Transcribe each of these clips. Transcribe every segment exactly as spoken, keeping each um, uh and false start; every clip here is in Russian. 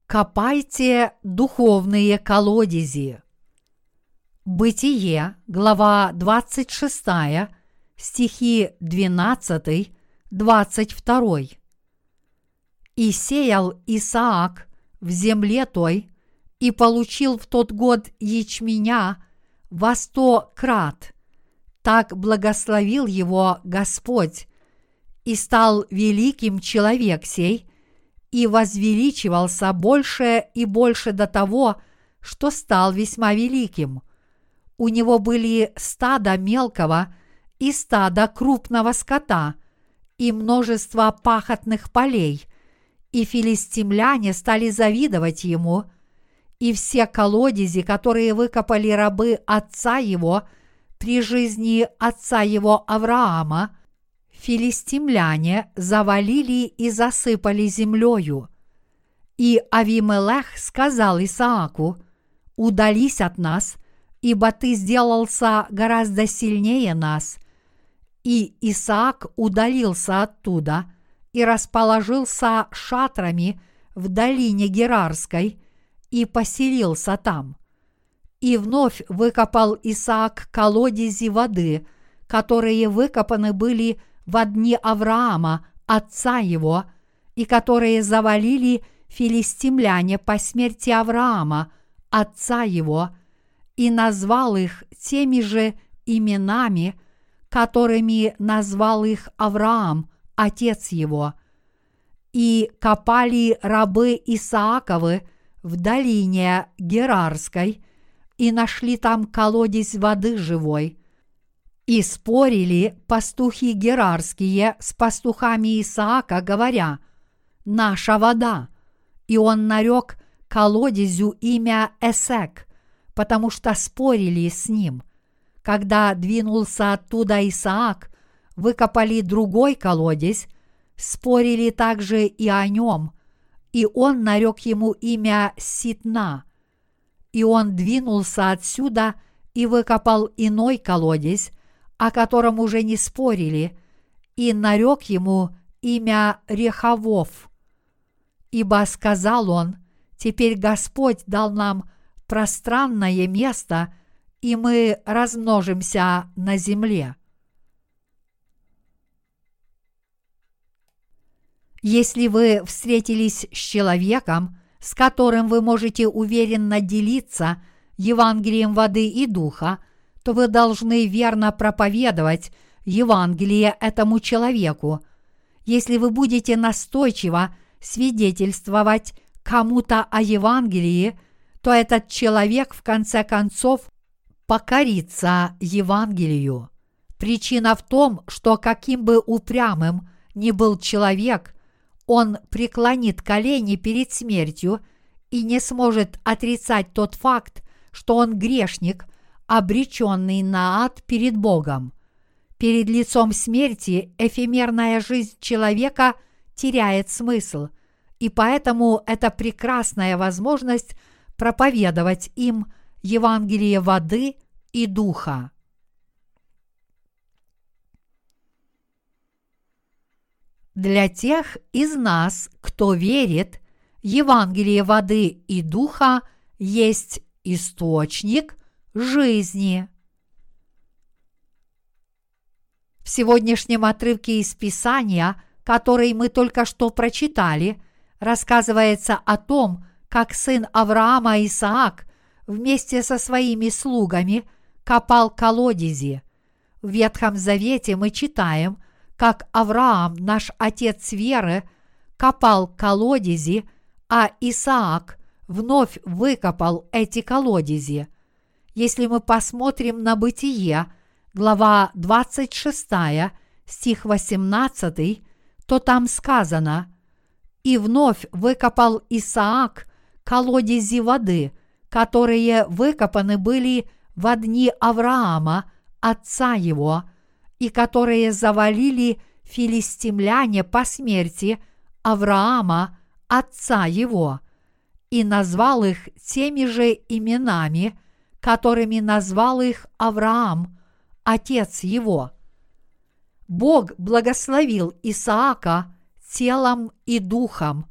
Копайте духовные колодези. Бытие, глава двадцать шестая, стихи двенадцатый двадцать два. «И сеял Исаак в земле той, и получил в тот год ячменя во сто крат. Так благословил его Господь, и стал великим человек сей, и возвеличивался больше и больше до того, что стал весьма великим. У него были стадо мелкого и стадо крупного скота, и множество пахотных полей, и филистимляне стали завидовать ему, и все колодези, которые выкопали рабы отца его при жизни отца его Авраама, филистимляне завалили и засыпали землею. И Авимелех сказал Исааку: «Удались от нас, ибо ты сделался гораздо сильнее нас». И Исаак удалился оттуда и расположился шатрами в долине Герарской и поселился там. И вновь выкопал Исаак колодези воды, которые выкопаны были во дни Авраама, отца его, и которые завалили филистимляне по смерти Авраама, отца его, и назвал их теми же именами, которыми назвал их Авраам, отец его. И копали рабы Исааковы в долине Герарской, и нашли там колодезь воды живой. И спорили пастухи герарские с пастухами Исаака, говоря: «Наша вода». И он нарек колодезю имя Эсек, потому что спорили с ним. Когда двинулся оттуда Исаак, выкопали другой колодезь, спорили также и о нем, и он нарек ему имя Ситна. И он двинулся отсюда и выкопал иной колодезь, о котором уже не спорили, и нарек ему имя Рехавов. Ибо сказал он: «Теперь Господь дал нам пространное место, и мы размножимся на земле». Если вы встретились с человеком, с которым вы можете уверенно делиться Евангелием воды и духа, то вы должны верно проповедовать Евангелие этому человеку. Если вы будете настойчиво свидетельствовать кому-то о Евангелии, то этот человек в конце концов покорится Евангелию. Причина в том, что каким бы упрямым ни был человек, он преклонит колени перед смертью и не сможет отрицать тот факт, что он грешник, обреченный на ад перед Богом. Перед лицом смерти эфемерная жизнь человека теряет смысл, и поэтому это прекрасная возможность проповедовать им Евангелие воды и духа. Для тех из нас, кто верит, Евангелие воды и духа есть источник жизни. В сегодняшнем отрывке из Писания, который мы только что прочитали, рассказывается о том, как сын Авраама Исаак вместе со своими слугами копал колодези. В Ветхом Завете мы читаем, как Авраам, наш отец веры, копал колодези, а Исаак вновь выкопал эти колодези. Если мы посмотрим на Бытие, глава двадцать шестая, стих восемнадцатый, то там сказано: «И вновь выкопал Исаак колодези воды, которые выкопаны были во дни Авраама, отца его, и которые завалили филистимляне по смерти Авраама, отца его, и назвал их теми же именами, которыми назвал их Авраам, отец его». Бог благословил Исаака телом и духом,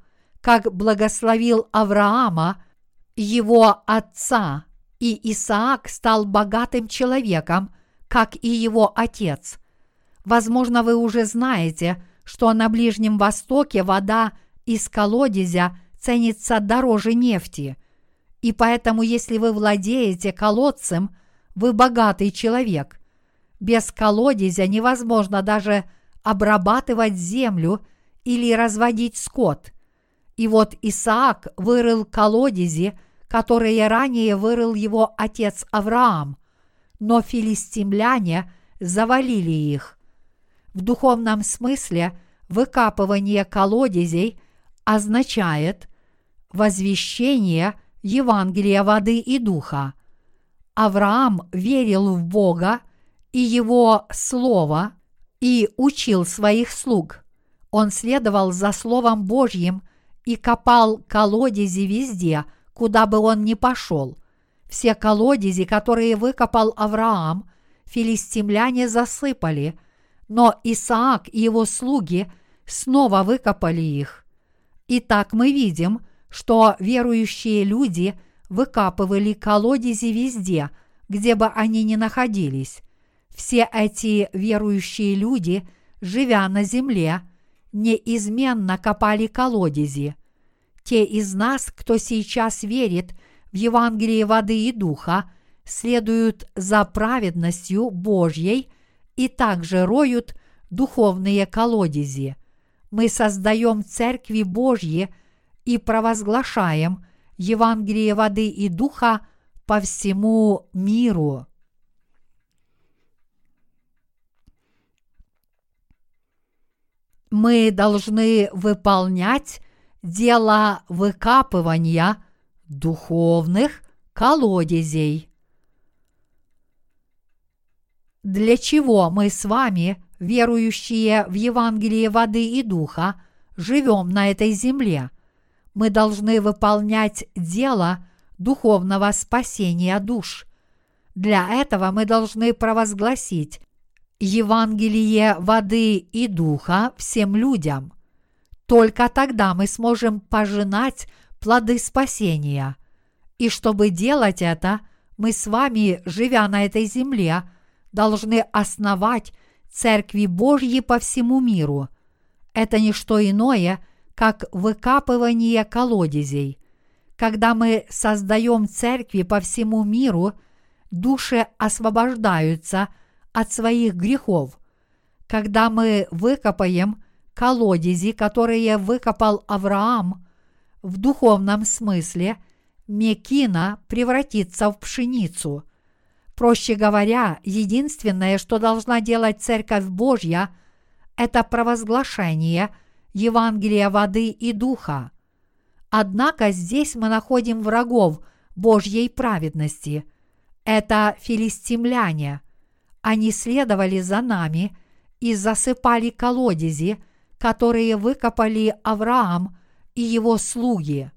как благословил Авраама, его отца, и Исаак стал богатым человеком, как и его отец. Возможно, вы уже знаете, что на Ближнем Востоке вода из колодезя ценится дороже нефти, и поэтому, если вы владеете колодцем, вы богатый человек. Без колодезя невозможно даже обрабатывать землю или разводить скот. И вот Исаак вырыл колодези, которые ранее вырыл его отец Авраам, но филистимляне завалили их. В духовном смысле выкапывание колодезей означает возвещение Евангелия воды и духа. Авраам верил в Бога и Его Слово и учил своих слуг. Он следовал за Словом Божьим и копал колодези везде, куда бы он ни пошел. Все колодези, которые выкопал Авраам, филистимляне засыпали, но Исаак и его слуги снова выкопали их. Итак, мы видим, что верующие люди выкапывали колодези везде, где бы они ни находились. Все эти верующие люди, живя на земле, неизменно копали колодези. Те из нас, кто сейчас верит в Евангелие воды и духа, следуют за праведностью Божьей и также роют духовные колодези. Мы создаем церкви Божьи и провозглашаем Евангелие воды и духа по всему миру. Мы должны выполнять дело выкапывания духовных колодезей. Для чего мы с вами, верующие в Евангелие воды и духа, живем на этой земле? Мы должны выполнять дело духовного спасения душ. Для этого мы должны провозгласить Евангелие воды и духа всем людям. Только тогда мы сможем пожинать плоды спасения. И чтобы делать это, мы с вами, живя на этой земле, должны основать церкви Божьи по всему миру. Это не что иное, как выкапывание колодезей. Когда мы создаем церкви по всему миру, души освобождаются от своих грехов. Когда мы выкопаем колодези, которые выкопал Авраам, в духовном смысле мекина превратится в пшеницу. Проще говоря, единственное, что должна делать Церковь Божья, это провозглашение Евангелия воды и духа. Однако здесь мы находим врагов Божьей праведности. Это филистимляне. Они следовали за нами и засыпали колодези, которые выкопали Авраам и его слуги.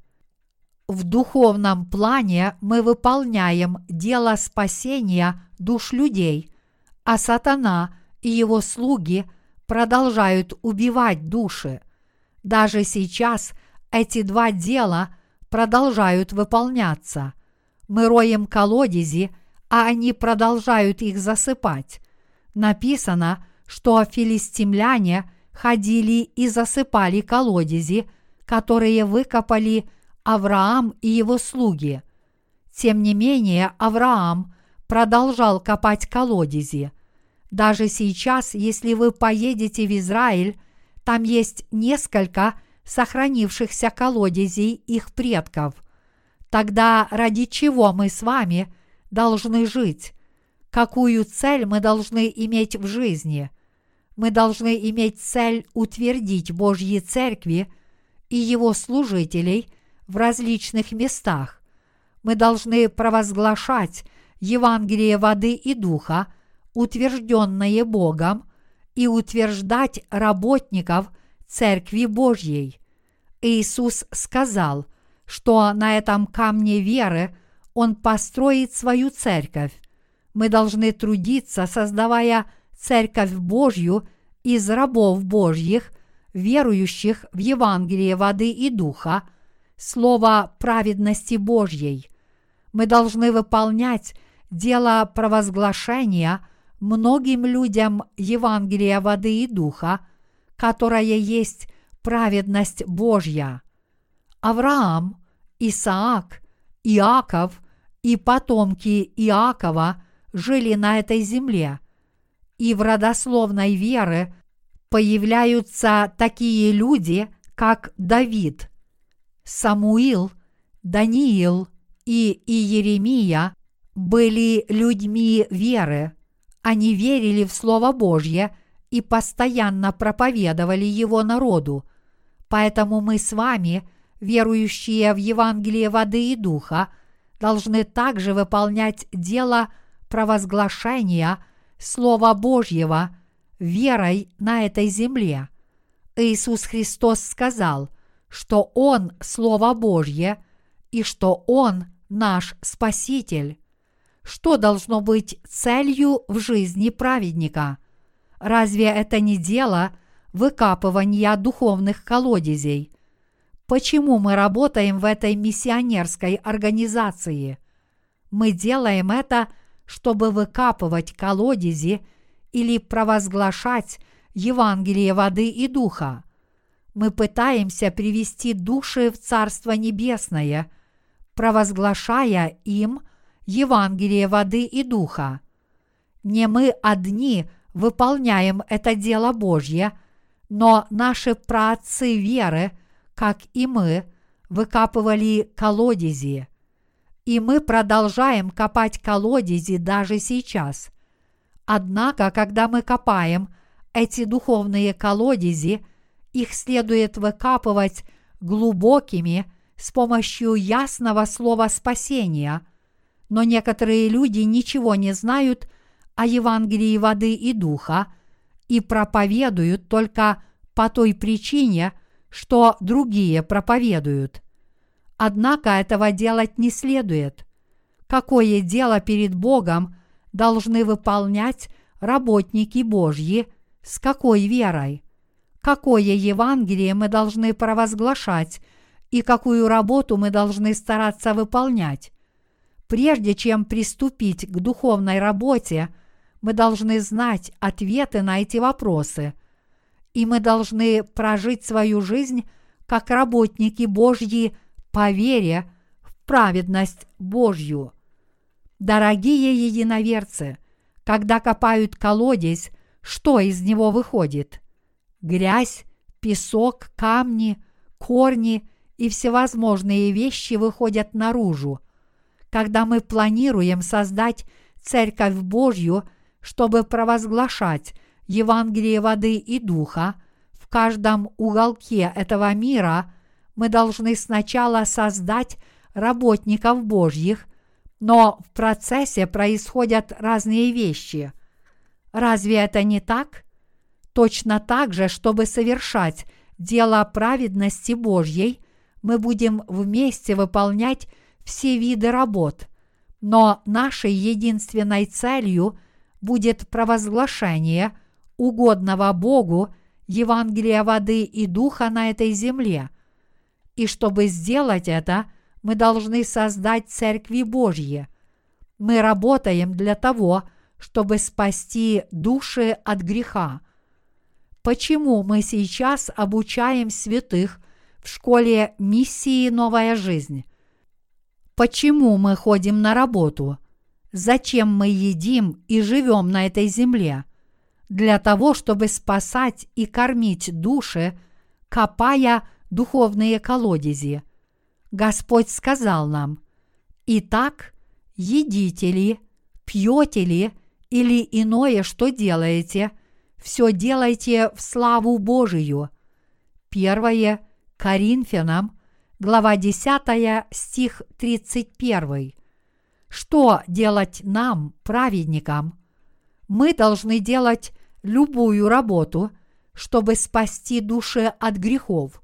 В духовном плане мы выполняем дело спасения душ людей, а сатана и его слуги продолжают убивать души. Даже сейчас эти два дела продолжают выполняться. Мы роем колодези, а они продолжают их засыпать. Написано, что филистимляне ходили и засыпали колодези, которые выкопали Авраам и его слуги. Тем не менее, Авраам продолжал копать колодези. Даже сейчас, если вы поедете в Израиль, там есть несколько сохранившихся колодезей их предков. Тогда ради чего мы с вами должны жить? Какую цель мы должны иметь в жизни? Мы должны иметь цель утвердить Божьи церкви и его служителей в различных местах. Мы должны провозглашать Евангелие воды и духа, утвержденное Богом, и утверждать работников Церкви Божьей. Иисус сказал, что на этом камне веры Он построит свою церковь. Мы должны трудиться, создавая Церковь Божью из рабов Божьих верующих в Евангелие воды и духа, слово праведности Божьей. Мы должны выполнять дело провозглашения многим людям Евангелия воды и духа, которое есть праведность Божья. Авраам, Исаак, Иаков и потомки Иакова жили на этой земле, и в родословной веры появляются такие люди, как Давид, Самуил, Даниил и Иеремия были людьми веры. Они верили в Слово Божье и постоянно проповедовали его народу. Поэтому мы с вами, верующие в Евангелие воды и духа, должны также выполнять дело провозглашения Слова Божьего верой на этой земле. Иисус Христос сказал, что Он – Слово Божье и что Он – наш Спаситель. Что должно быть целью в жизни праведника? Разве это не дело выкапывания духовных колодезей? Почему мы работаем в этой миссионерской организации? Мы делаем это, чтобы выкапывать колодези или провозглашать Евангелие воды и духа. Мы пытаемся привести души в Царство Небесное, провозглашая им Евангелие воды и духа. Не мы одни выполняем это дело Божье, но наши праотцы веры, как и мы, выкапывали колодези. И мы продолжаем копать колодези даже сейчас. Однако, когда мы копаем эти духовные колодези, их следует выкапывать глубокими с помощью ясного слова спасения. Но некоторые люди ничего не знают о Евангелии воды и духа и проповедуют только по той причине, что другие проповедуют. Однако этого делать не следует. Какое дело перед Богом должны выполнять работники Божьи, с какой верой? Какое Евангелие мы должны провозглашать и какую работу мы должны стараться выполнять? Прежде чем приступить к духовной работе, мы должны знать ответы на эти вопросы, и мы должны прожить свою жизнь как работники Божьи по вере в праведность Божью. Дорогие единоверцы, когда копают колодец, что из него выходит? Грязь, песок, камни, корни и всевозможные вещи выходят наружу. Когда мы планируем создать Церковь Божью, чтобы провозглашать Евангелие воды и духа в каждом уголке этого мира, мы должны сначала создать работников Божьих, но в процессе происходят разные вещи. Разве это не так? Точно так же, чтобы совершать дело праведности Божьей, мы будем вместе выполнять все виды работ, но нашей единственной целью будет провозглашение угодного Богу Евангелия воды и духа на этой земле. И чтобы сделать это, мы должны создать церкви Божьи. Мы работаем для того, чтобы спасти души от греха. Почему мы сейчас обучаем святых в школе миссии «Новая жизнь»? Почему мы ходим на работу? Зачем мы едим и живем на этой земле? Для того, чтобы спасать и кормить души, копая духовные колодези. Господь сказал нам: «Итак, едите ли, пьете ли или иное, что делаете, все делайте в славу Божию». Первое Коринфянам, глава десятая, стих тридцать первый. Что делать нам, праведникам? Мы должны делать любую работу, чтобы спасти души от грехов.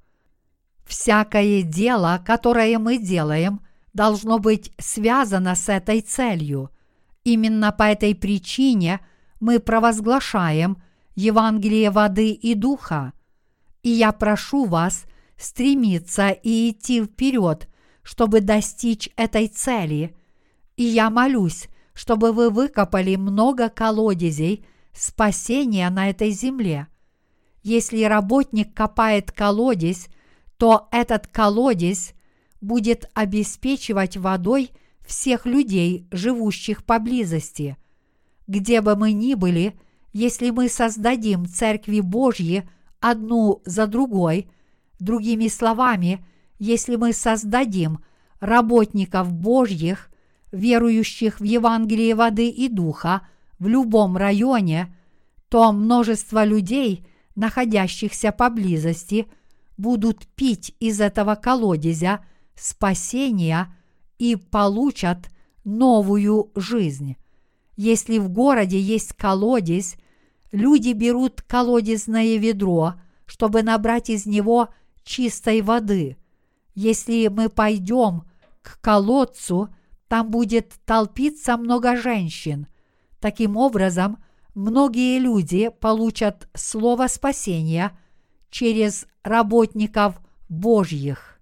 Всякое дело, которое мы делаем, должно быть связано с этой целью. Именно по этой причине мы провозглашаем Евангелие воды и духа. И я прошу вас стремиться и идти вперед, чтобы достичь этой цели. И я молюсь, чтобы вы выкопали много колодезей спасения на этой земле. Если работник копает колодец, то этот колодец будет обеспечивать водой всех людей, живущих поблизости. Где бы мы ни были, если мы создадим церкви Божьи одну за другой, другими словами, если мы создадим работников Божьих, верующих в Евангелие воды и духа в любом районе, то множество людей, находящихся поблизости, будут пить из этого колодезя спасения и получат новую жизнь. Если в городе есть колодец, люди берут колодезное ведро, чтобы набрать из него чистой воды. Если мы пойдем к колодцу, там будет толпиться много женщин. Таким образом, многие люди получат слово спасения через работников Божьих.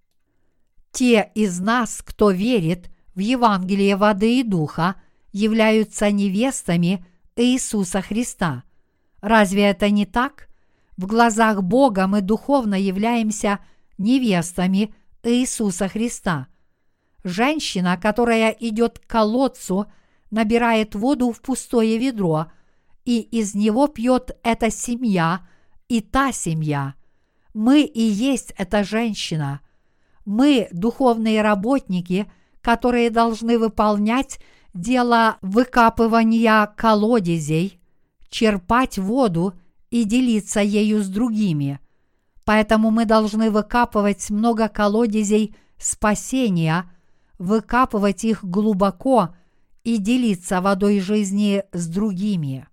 Те из нас, кто верит в Евангелие воды и духа, являются невестами Иисуса Христа. Разве это не так? В глазах Бога мы духовно являемся невестами Иисуса Христа. Женщина, которая идет к колодцу, набирает воду в пустое ведро, и из него пьет эта семья и та семья. Мы и есть эта женщина. Мы духовные работники, которые должны выполнять дело выкапывания колодезей, черпать воду и делиться ею с другими. Поэтому мы должны выкапывать много колодезей спасения, выкапывать их глубоко и делиться водой жизни с другими.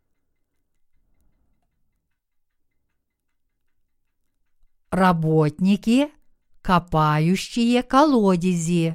Работники, копающие колодези.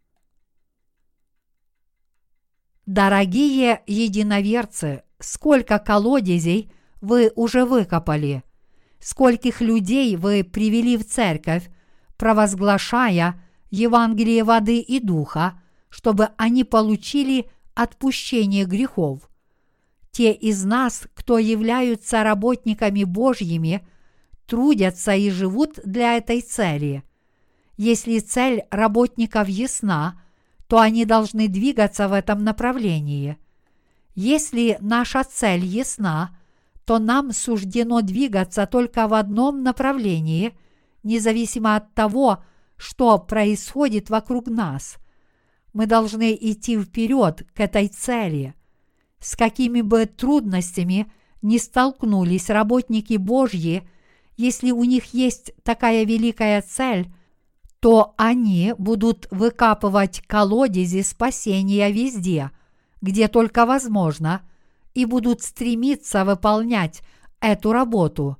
Дорогие единоверцы, сколько колодезей вы уже выкопали? Скольких людей вы привели в церковь, провозглашая Евангелие воды и духа, чтобы они получили отпущение грехов? Те из нас, кто являются работниками Божьими, трудятся и живут для этой цели. Если цель работников ясна, то они должны двигаться в этом направлении. Если наша цель ясна, то нам суждено двигаться только в одном направлении, независимо от того, что происходит вокруг нас. Мы должны идти вперед к этой цели. С какими бы трудностями ни столкнулись работники Божьи, если у них есть такая великая цель, то они будут выкапывать колодези спасения везде, где только возможно, и будут стремиться выполнять эту работу.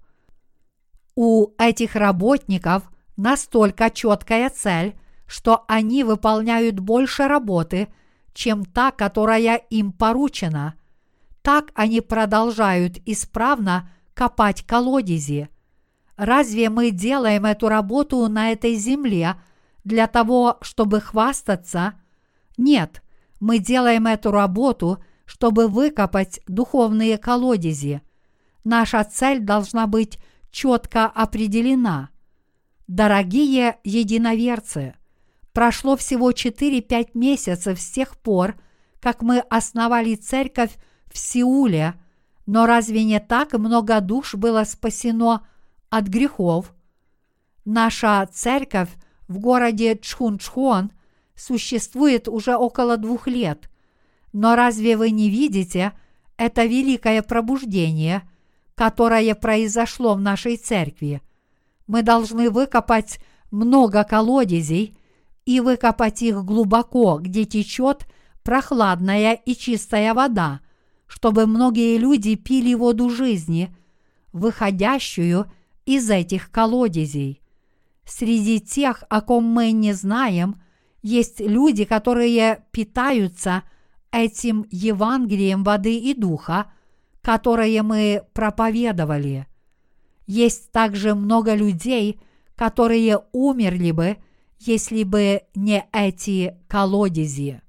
У этих работников настолько четкая цель, что они выполняют больше работы, чем та, которая им поручена. Так они продолжают исправно копать колодези. Разве мы делаем эту работу на этой земле для того, чтобы хвастаться? Нет, мы делаем эту работу, чтобы выкопать духовные колодези. Наша цель должна быть четко определена. Дорогие единоверцы, прошло всего четыре-пять месяцев с тех пор, как мы основали церковь в Сеуле, но разве не так много душ было спасено от грехов? Наша церковь в городе Чхунчхон существует уже около двух лет. Но разве вы не видите это великое пробуждение, которое произошло в нашей церкви? Мы должны выкопать много колодезей и выкопать их глубоко, где течет прохладная и чистая вода, чтобы многие люди пили воду жизни, выходящую из этих колодезей. Среди тех, о ком мы не знаем, есть люди, которые питаются этим Евангелием воды и духа, которое мы проповедовали. Есть также много людей, которые умерли бы, если бы не эти колодези.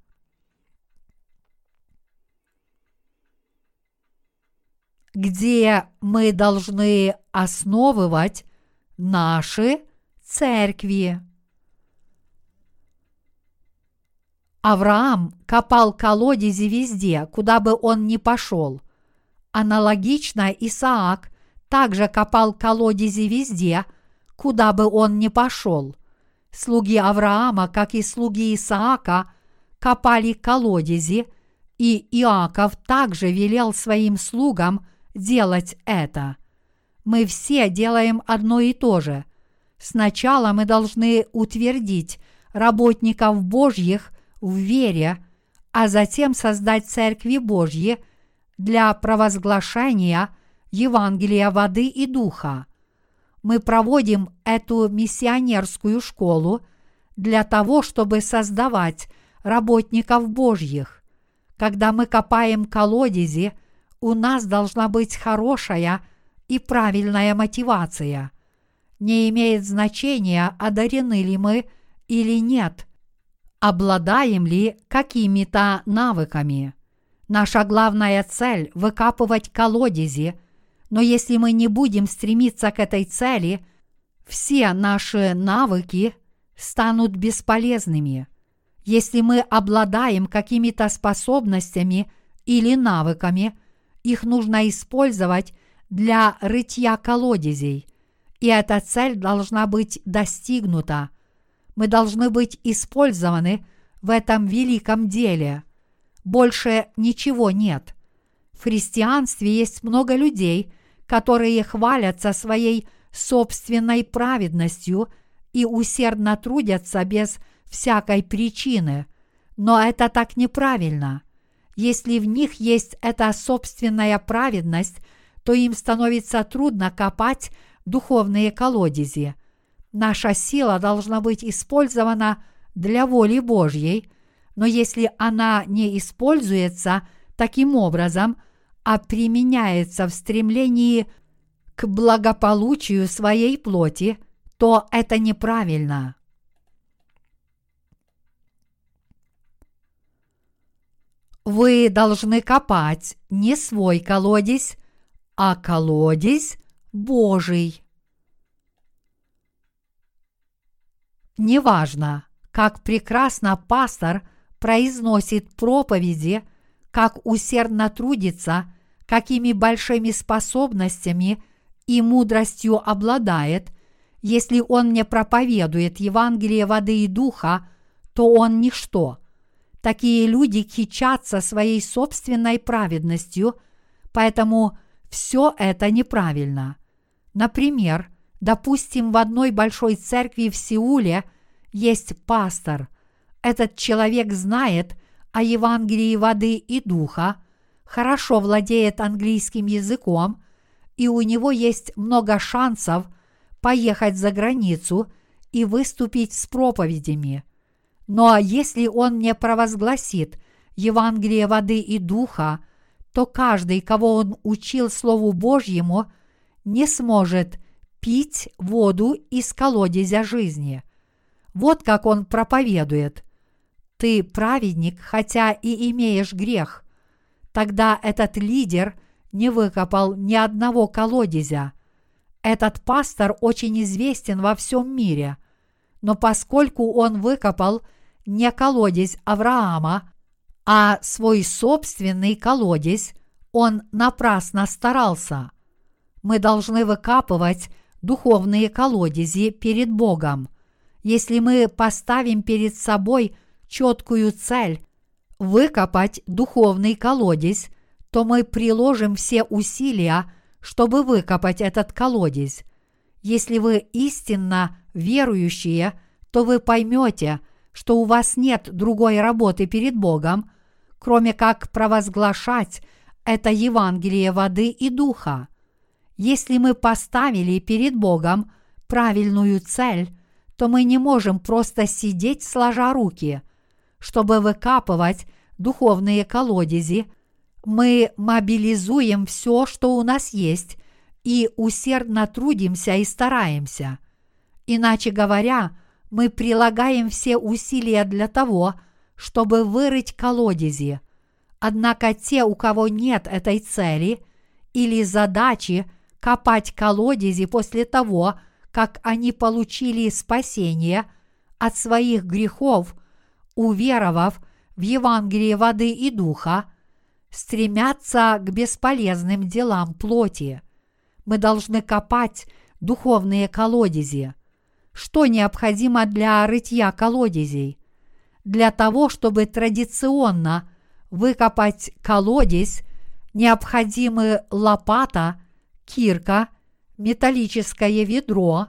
Где мы должны основывать наши церкви. Авраам копал колодези везде, куда бы он ни пошел. Аналогично Исаак также копал колодези везде, куда бы он ни пошел. Слуги Авраама, как и слуги Исаака, копали колодези, и Иаков также велел своим слугам делать это. Мы все делаем одно и то же. Сначала мы должны утвердить работников Божьих в вере, а затем создать церкви Божьи для провозглашения Евангелия воды и духа. Мы проводим эту миссионерскую школу для того, чтобы создавать работников Божьих. Когда мы копаем колодези, у нас должна быть хорошая и правильная мотивация. Не имеет значения, одарены ли мы или нет, обладаем ли какими-то навыками. Наша главная цель – выкапывать колодези, но если мы не будем стремиться к этой цели, все наши навыки станут бесполезными. Если мы обладаем какими-то способностями или навыками, их нужно использовать для рытья колодезей, и эта цель должна быть достигнута. Мы должны быть использованы в этом великом деле. Больше ничего нет. В христианстве есть много людей, которые хвалятся своей собственной праведностью и усердно трудятся без всякой причины, но это так неправильно. Если в них есть эта собственная праведность, то им становится трудно копать духовные колодези. Наша сила должна быть использована для воли Божьей, но если она не используется таким образом, а применяется в стремлении к благополучию своей плоти, то это неправильно. Вы должны копать не свой колодезь, а колодезь Божий. Неважно, как прекрасно пастор произносит проповеди, как усердно трудится, какими большими способностями и мудростью обладает, если он не проповедует Евангелие воды и духа, то он ничто. Такие люди кичатся своей собственной праведностью, поэтому все это неправильно. Например, допустим, в одной большой церкви в Сеуле есть пастор. Этот человек знает о Евангелии воды и духа, хорошо владеет английским языком, и у него есть много шансов поехать за границу и выступить с проповедями. Но если он не провозгласит Евангелие воды и духа, то каждый, кого он учил Слову Божьему, не сможет пить воду из колодезя жизни. Вот как он проповедует: «Ты праведник, хотя и имеешь грех». Тогда этот лидер не выкопал ни одного колодезя. Этот пастор очень известен во всем мире, но поскольку он выкопал не колодезь Авраама, а свой собственный колодезь, он напрасно старался. Мы должны выкапывать духовные колодези перед Богом. Если мы поставим перед собой четкую цель выкопать духовный колодезь, то мы приложим все усилия, чтобы выкопать этот колодезь. Если вы истинно верующие, то вы поймете, что у вас нет другой работы перед Богом, кроме как провозглашать это Евангелие воды и духа. Если мы поставили перед Богом правильную цель, то мы не можем просто сидеть сложа руки. Чтобы выкапывать духовные колодези, мы мобилизуем все, что у нас есть, и усердно трудимся и стараемся. Иначе говоря, мы прилагаем все усилия для того, чтобы вырыть колодези. Однако те, у кого нет этой цели или задачи копать колодези после того, как они получили спасение от своих грехов, уверовав в Евангелие воды и духа, стремятся к бесполезным делам плоти. Мы должны копать духовные колодези. Что необходимо для рытья колодезей? Для того, чтобы традиционно выкопать колодезь, необходимы лопата, кирка, металлическое ведро,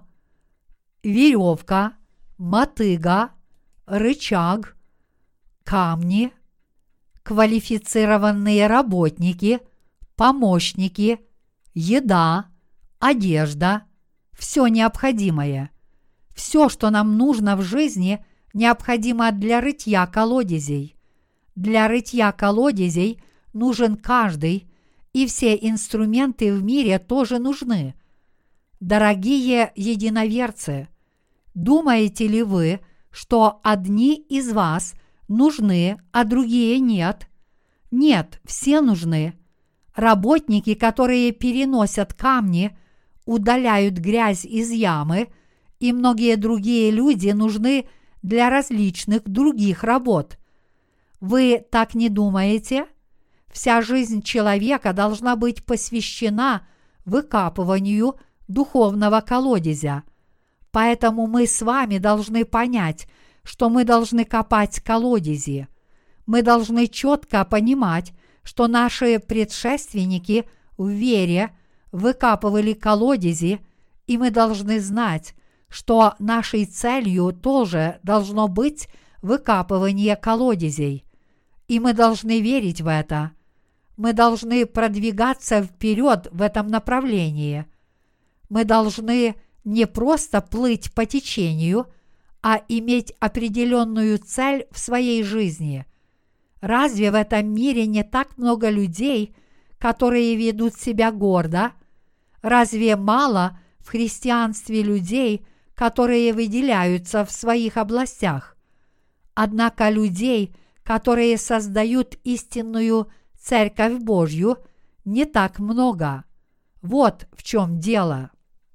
веревка, мотыга, рычаг, камни, квалифицированные работники, помощники, еда, одежда, все необходимое. Все, что нам нужно в жизни, необходимо для рытья колодезей. Для рытья колодезей нужен каждый, и все инструменты в мире тоже нужны. Дорогие единоверцы, думаете ли вы, что одни из вас нужны, а другие нет? Нет, все нужны. Работники, которые переносят камни, удаляют грязь из ямы, и многие другие люди нужны для различных других работ. Вы так не думаете? Вся жизнь человека должна быть посвящена выкапыванию духовного колодезя. Поэтому мы с вами должны понять, что мы должны копать колодези. Мы должны четко понимать, что наши предшественники в вере выкапывали колодези, и мы должны знать, что нашей целью тоже должно быть выкапывание колодезей. И мы должны верить в это. Мы должны продвигаться вперед в этом направлении. Мы должны не просто плыть по течению, а иметь определенную цель в своей жизни. Разве в этом мире не так много людей, которые ведут себя гордо? Разве мало в христианстве людей, которые выделяются в своих областях? Однако людей, которые создают истинную Церковь Божью, не так много. Вот в чем дело.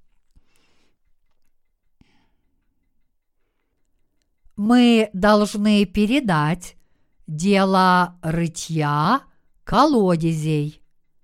Мы должны передать дело рытья колодезей.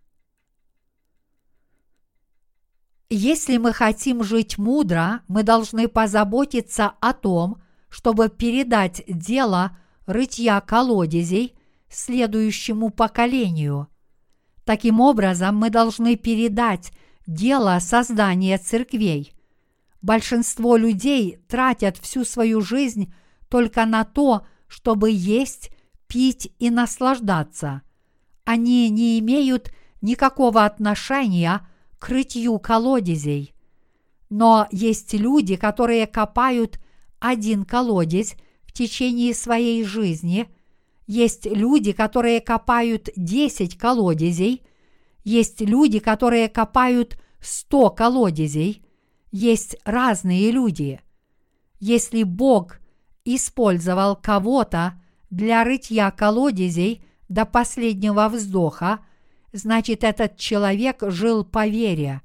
Если мы хотим жить мудро, мы должны позаботиться о том, чтобы передать дело рытья колодезей следующему поколению. Таким образом, мы должны передать дело создания церквей. Большинство людей тратят всю свою жизнь только на то, чтобы есть, пить и наслаждаться. Они не имеют никакого отношения к рытью колодезей. Но есть люди, которые копают один колодезь в течение своей жизни. Есть люди, которые копают десять колодезей. Есть люди, которые копают сто колодезей. Есть разные люди. Если Бог использовал кого-то для рытья колодезей до последнего вздоха, значит, этот человек жил по вере.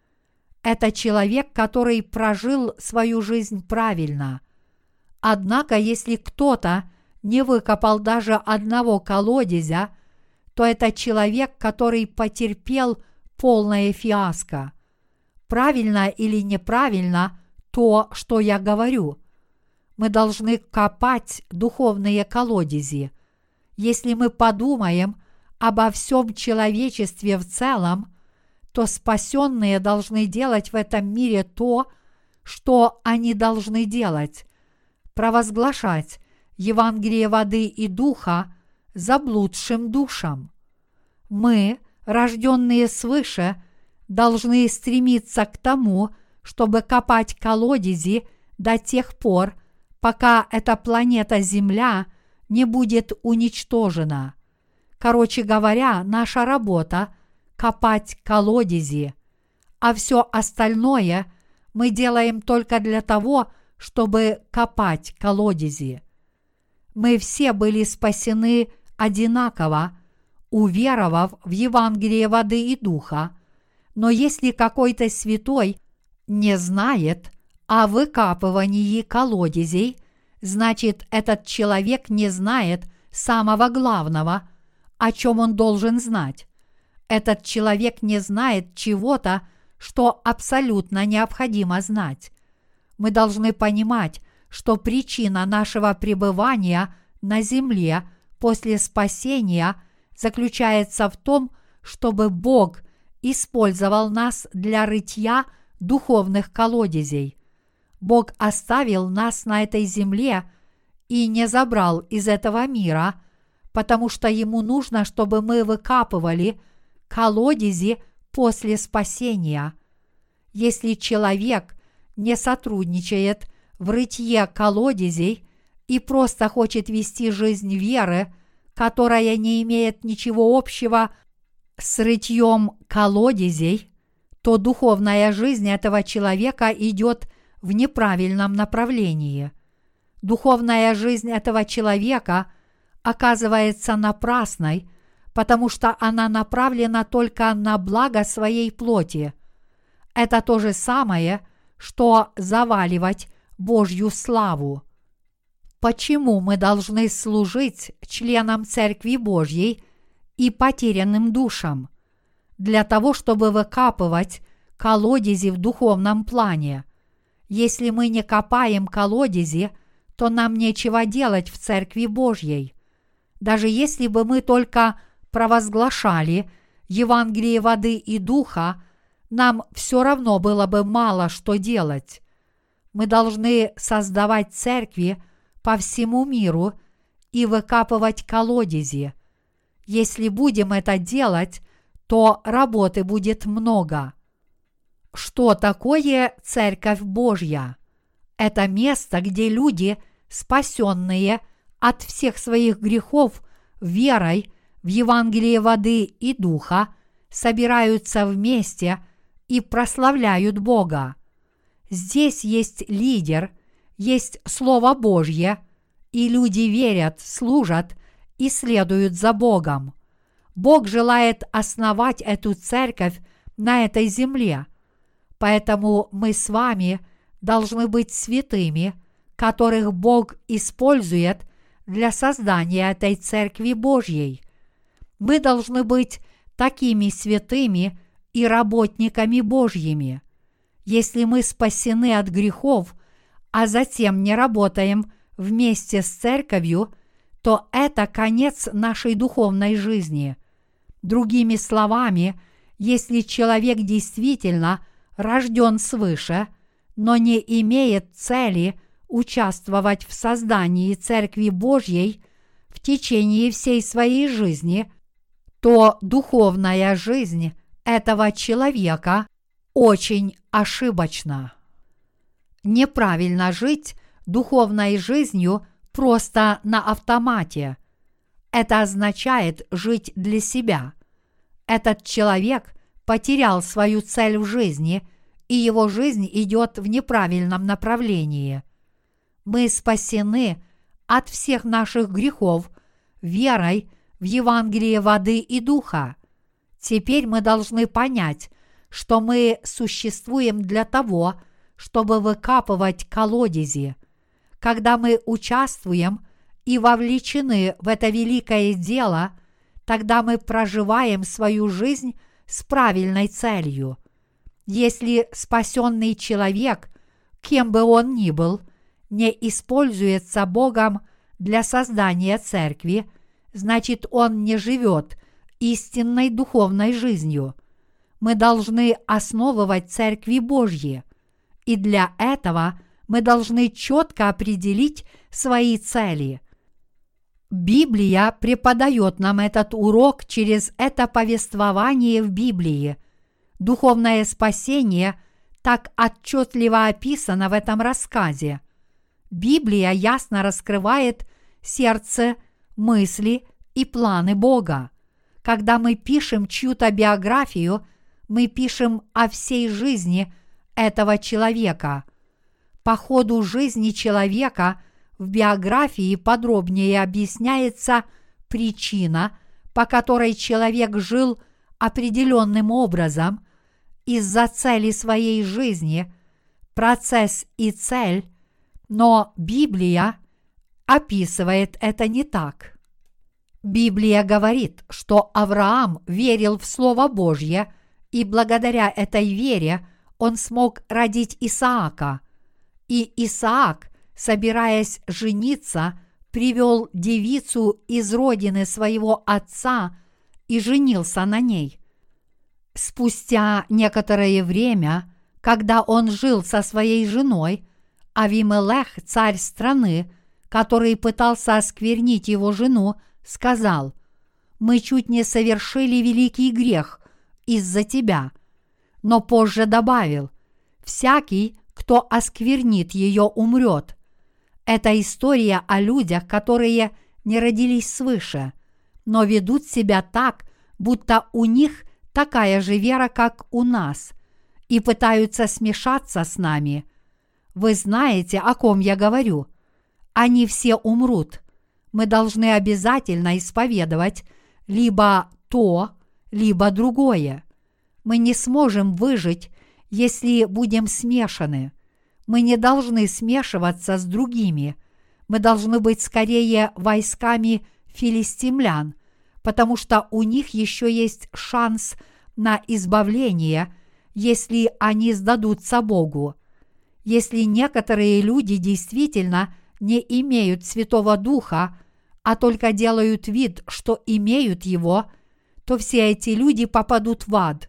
Это человек, который прожил свою жизнь правильно. Однако, если кто-то не выкопал даже одного колодезя, то это человек, который потерпел полное фиаско. Правильно или неправильно то, что я говорю. Мы должны копать духовные колодези. Если мы подумаем обо всем человечестве в целом, то спасенные должны делать в этом мире то, что они должны делать – провозглашать Евангелие воды и духа заблудшим душам. Мы, рожденные свыше, должны стремиться к тому, чтобы копать колодези до тех пор, пока эта планета Земля не будет уничтожена. Короче говоря, наша работа – копать колодези. а все остальное мы делаем только для того, чтобы копать колодези. Мы все были спасены одинаково, уверовав в Евангелие воды и духа, но если какой-то святой не знает о выкапывании колодезей, значит, этот человек не знает самого главного, о чем он должен знать. Этот человек не знает чего-то, что абсолютно необходимо знать. Мы должны понимать, что причина нашего пребывания на земле после спасения заключается в том, чтобы Бог использовал нас для рытья духовных колодезей. Бог оставил нас на этой земле и не забрал из этого мира, потому что Ему нужно, чтобы мы выкапывали колодези после спасения. Если человек не сотрудничает в рытье колодезей и просто хочет вести жизнь веры, которая не имеет ничего общего с рытьем колодезей, то духовная жизнь этого человека идет в неправильном направлении. Духовная жизнь этого человека оказывается напрасной, потому что она направлена только на благо своей плоти. Это то же самое, что заваливать Божью славу. Почему мы должны служить членам Церкви Божьей и потерянным душам? Для того, чтобы выкапывать колодези в духовном плане. Если мы не копаем колодези, то нам нечего делать в Церкви Божьей. Даже если бы мы только провозглашали Евангелие воды и духа, нам все равно было бы мало что делать. Мы должны создавать церкви по всему миру и выкапывать колодези. Если будем это делать, то работы будет много. Что такое Церковь Божья? Это место, где люди, спасенные от всех своих грехов верой в Евангелие воды и духа, собираются вместе и прославляют Бога. Здесь есть лидер, есть Слово Божье, и люди верят, служат и следуют за Богом. Бог желает основать эту церковь на этой земле, поэтому мы с вами должны быть святыми, которых Бог использует для создания этой церкви Божьей. Мы должны быть такими святыми и работниками Божьими. Если мы спасены от грехов, а затем не работаем вместе с церковью, то это конец нашей духовной жизни. Другими словами, если человек действительно рожден свыше, но не имеет цели участвовать в создании Церкви Божьей в течение всей своей жизни, то духовная жизнь этого человека очень ошибочна. Неправильно жить духовной жизнью просто на автомате. Это означает жить для себя. Этот человек потерял свою цель в жизни, и его жизнь идет в неправильном направлении. Мы спасены от всех наших грехов верой в Евангелие воды и духа. Теперь мы должны понять, что мы существуем для того, чтобы выкапывать колодези. Когда мы участвуем и вовлечены в это великое дело, тогда мы проживаем свою жизнь с правильной целью. Если спасенный человек, кем бы он ни был, не используется Богом для создания церкви, значит, он не живет истинной духовной жизнью. Мы должны основывать церкви Божьи, и для этого мы должны четко определить свои цели. Библия преподает нам этот урок через это повествование в Библии. Духовное спасение так отчетливо описано в этом рассказе. Библия ясно раскрывает сердце, мысли и планы Бога. Когда мы пишем чью-то биографию, мы пишем о всей жизни этого человека. По ходу жизни человека в биографии подробнее объясняется причина, по которой человек жил определенным образом, из-за цели своей жизни, процесс и цель, но Библия описывает это не так. Библия говорит, что Авраам верил в Слово Божье, и благодаря этой вере он смог родить Исаака. И Исаак, собираясь жениться, привел девицу из родины своего отца и женился на ней. Спустя некоторое время, когда он жил со своей женой, Авимелех, царь страны, который пытался осквернить его жену, сказал: «Мы чуть не совершили великий грех из-за тебя», но позже добавил: «Всякий, кто осквернит ее, умрет». Это история о людях, которые не родились свыше, но ведут себя так, будто у них такая же вера, как у нас, и пытаются смешаться с нами. Вы знаете, о ком я говорю? Они все умрут. Мы должны обязательно исповедовать либо то, либо другое. Мы не сможем выжить, если будем смешаны. Мы не должны смешиваться с другими. Мы должны быть скорее войсками филистимлян, потому что у них еще есть шанс на избавление, если они сдадутся Богу. Если некоторые люди действительно не имеют Святого Духа, а только делают вид, что имеют его, то все эти люди попадут в ад.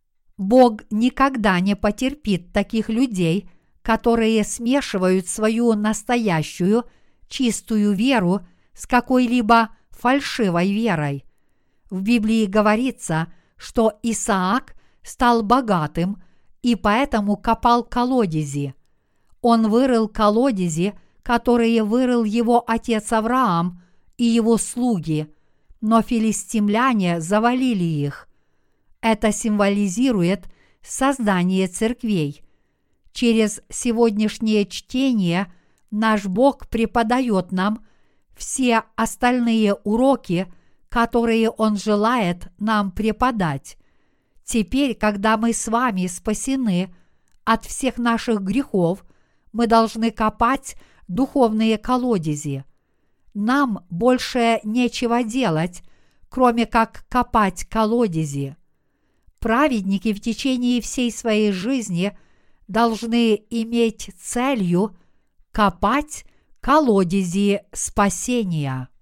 Бог никогда не потерпит таких людей, которые смешивают свою настоящую, чистую веру с какой-либо фальшивой верой. В Библии говорится, что Исаак стал богатым и поэтому копал колодези. Он вырыл колодези, которые вырыл его отец Авраам и его слуги, но филистимляне завалили их. Это символизирует создание церквей. Через сегодняшнее чтение наш Бог преподает нам все остальные уроки, которые Он желает нам преподать. Теперь, когда мы с вами спасены от всех наших грехов, мы должны копать духовные колодези. Нам больше нечего делать, кроме как копать колодези. Праведники в течение всей своей жизни должны иметь целью копать колодези спасения.